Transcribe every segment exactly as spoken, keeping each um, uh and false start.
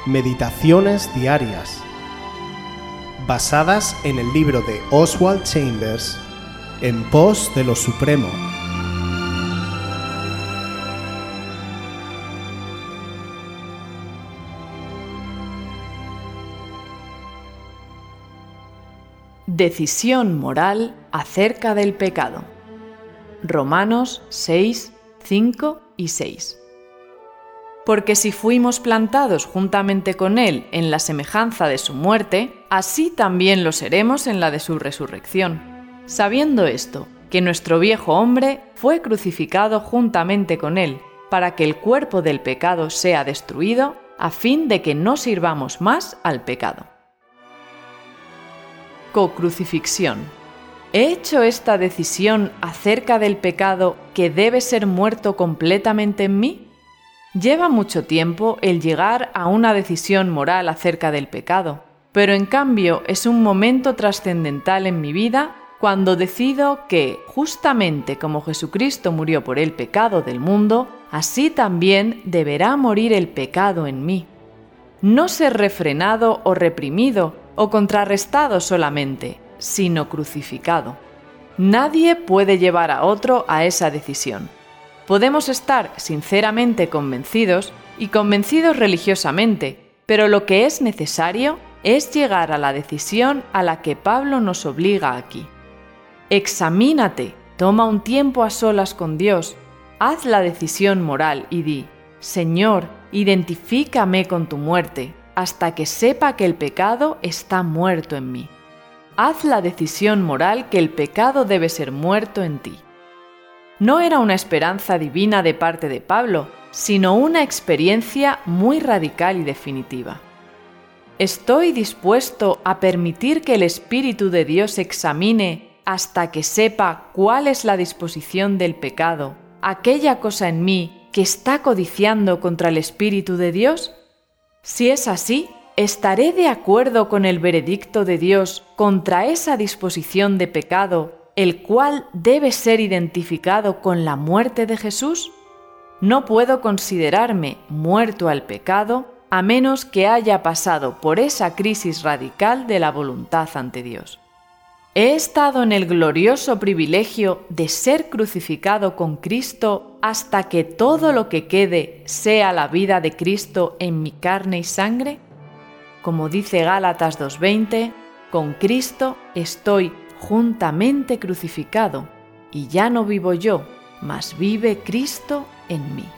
Meditaciones diarias, basadas en el libro de Oswald Chambers, En pos de lo supremo. Decisión moral acerca del pecado. Romanos seis, cinco y seis. Porque si fuimos plantados juntamente con Él en la semejanza de su muerte, así también lo seremos en la de su resurrección. Sabiendo esto, que nuestro viejo hombre fue crucificado juntamente con Él, para que el cuerpo del pecado sea destruido, a fin de que no sirvamos más al pecado. Co-crucifixión. ¿He hecho esta decisión acerca del pecado que debe ser muerto completamente en mí? Lleva mucho tiempo el llegar a una decisión moral acerca del pecado, pero en cambio es un momento trascendental en mi vida cuando decido que, justamente como Jesucristo murió por el pecado del mundo, así también deberá morir el pecado en mí. No ser refrenado o reprimido o contrarrestado solamente, sino crucificado. Nadie puede llevar a otro a esa decisión. Podemos estar sinceramente convencidos y convencidos religiosamente, pero lo que es necesario es llegar a la decisión a la que Pablo nos obliga aquí. Examínate, toma un tiempo a solas con Dios, haz la decisión moral y di: Señor, identifícame con tu muerte, hasta que sepa que el pecado está muerto en mí. Haz la decisión moral que el pecado debe ser muerto en ti. No era una esperanza divina de parte de Pablo, sino una experiencia muy radical y definitiva. ¿Estoy dispuesto a permitir que el Espíritu de Dios examine hasta que sepa cuál es la disposición del pecado, aquella cosa en mí que está codiciando contra el Espíritu de Dios? Si es así, ¿estaré de acuerdo con el veredicto de Dios contra esa disposición de pecado, el cual debe ser identificado con la muerte de Jesús? No puedo considerarme muerto al pecado a menos que haya pasado por esa crisis radical de la voluntad ante Dios. He estado en el glorioso privilegio de ser crucificado con Cristo hasta que todo lo que quede sea la vida de Cristo en mi carne y sangre. Como dice Gálatas dos veinte, con Cristo estoy juntamente crucificado, y ya no vivo yo, mas vive Cristo en mí.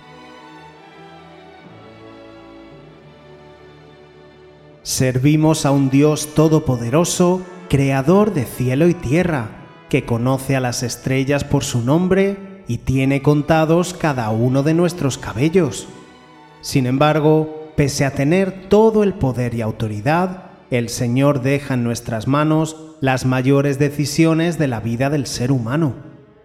Servimos a un Dios todopoderoso, creador de cielo y tierra, que conoce a las estrellas por su nombre y tiene contados cada uno de nuestros cabellos. Sin embargo, pese a tener todo el poder y autoridad, el Señor deja en nuestras manos las mayores decisiones de la vida del ser humano.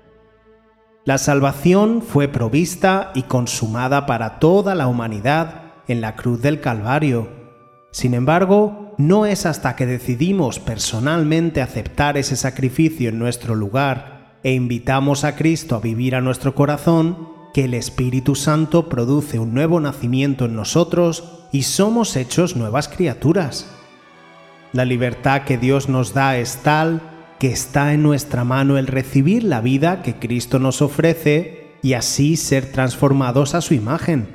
La salvación fue provista y consumada para toda la humanidad en la cruz del Calvario. Sin embargo, no es hasta que decidimos personalmente aceptar ese sacrificio en nuestro lugar e invitamos a Cristo a vivir a nuestro corazón que el Espíritu Santo produce un nuevo nacimiento en nosotros y somos hechos nuevas criaturas. La libertad que Dios nos da es tal que está en nuestra mano el recibir la vida que Cristo nos ofrece y así ser transformados a su imagen.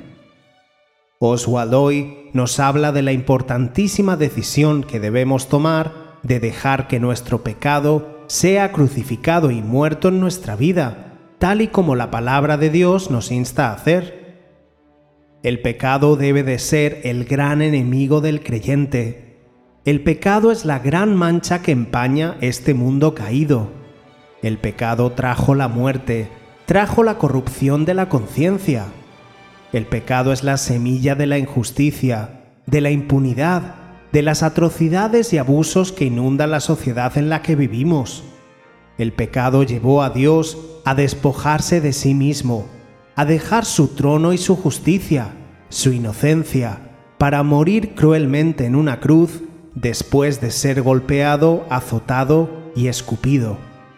Oswald hoy nos habla de la importantísima decisión que debemos tomar de dejar que nuestro pecado sea crucificado y muerto en nuestra vida, tal y como la palabra de Dios nos insta a hacer. El pecado debe de ser el gran enemigo del creyente. El pecado es la gran mancha que empaña este mundo caído. El pecado trajo la muerte, trajo la corrupción de la conciencia. El pecado es la semilla de la injusticia, de la impunidad, de las atrocidades y abusos que inundan la sociedad en la que vivimos. El pecado llevó a Dios a despojarse de sí mismo, a dejar su trono y su justicia, su inocencia, para morir cruelmente en una cruz después de ser golpeado, azotado y escupido.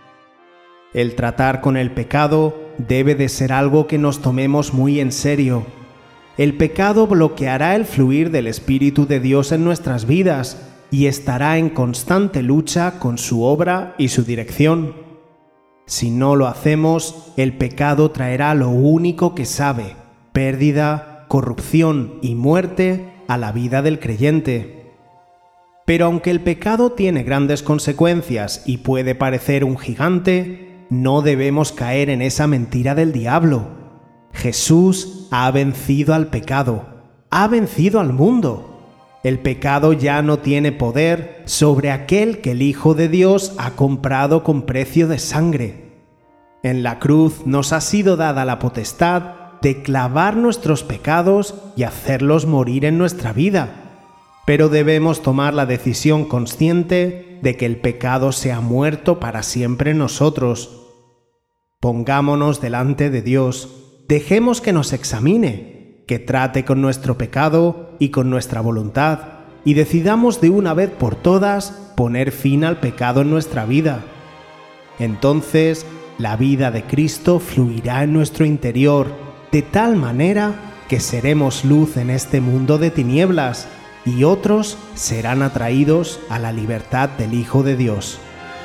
El tratar con el pecado debe de ser algo que nos tomemos muy en serio. El pecado bloqueará el fluir del Espíritu de Dios en nuestras vidas y estará en constante lucha con su obra y su dirección. Si no lo hacemos, el pecado traerá lo único que sabe: pérdida, corrupción y muerte a la vida del creyente. Pero aunque el pecado tiene grandes consecuencias y puede parecer un gigante, no debemos caer en esa mentira del diablo. Jesús ha vencido al pecado, ha vencido al mundo. El pecado ya no tiene poder sobre aquel que el Hijo de Dios ha comprado con precio de sangre. En la cruz nos ha sido dada la potestad de clavar nuestros pecados y hacerlos morir en nuestra vida. Pero debemos tomar la decisión consciente de que el pecado se ha muerto para siempre en nosotros. Pongámonos delante de Dios, dejemos que nos examine, que trate con nuestro pecado y con nuestra voluntad, y decidamos de una vez por todas poner fin al pecado en nuestra vida. Entonces, la vida de Cristo fluirá en nuestro interior, de tal manera que seremos luz en este mundo de tinieblas, y otros serán atraídos a la libertad del Hijo de Dios.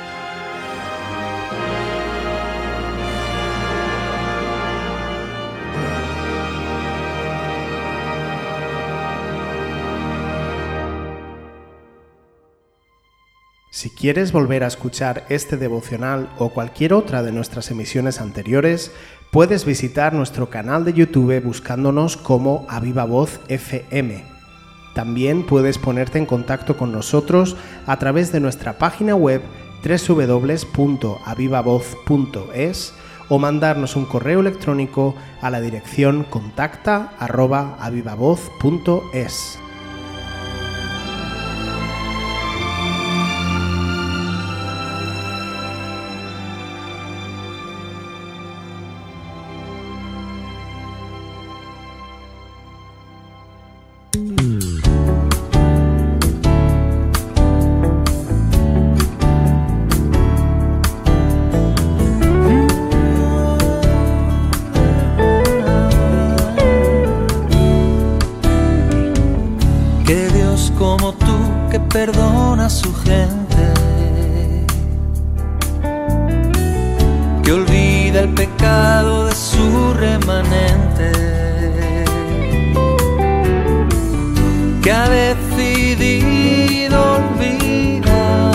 Si quieres volver a escuchar este devocional o cualquier otra de nuestras emisiones anteriores, puedes visitar nuestro canal de YouTube buscándonos como A Viva Voz F M. También puedes ponerte en contacto con nosotros a través de nuestra página web doble u doble u doble u punto a viva voz punto es o mandarnos un correo electrónico a la dirección contacta arroba avivavoz punto es. Como tú que perdona a su gente, que olvida el pecado de su remanente, que ha decidido olvidar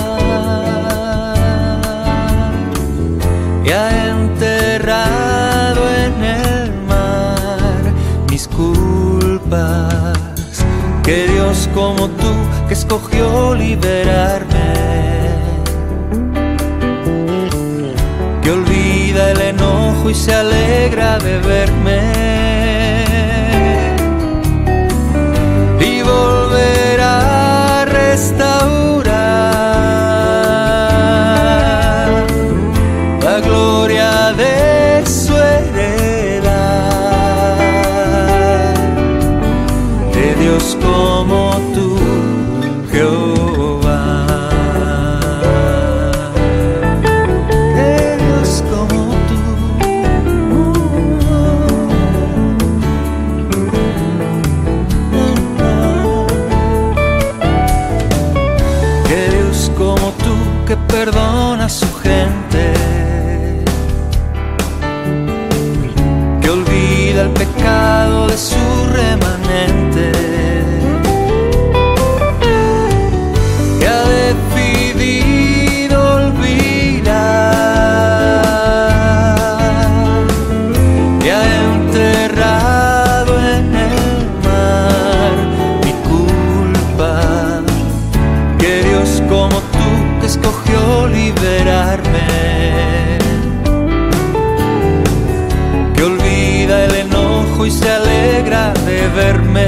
y ha enterrado en el mar mis culpas. Que Dios como tú, que escogió liberarme, que olvida el enojo y se alegra de verme, y volverá a restaurar la gloria de su heredad. De Dios como tú, Jehová. De Dios como tú. Que Dios como tú, que perdona a su gente, que olvida el pecado de su remanente, que ha decidido olvidar, que ha enterrado en el mar mi culpa. Que Dios como tú, que escogió liberarme, que olvida el enojo y se alegra de verme,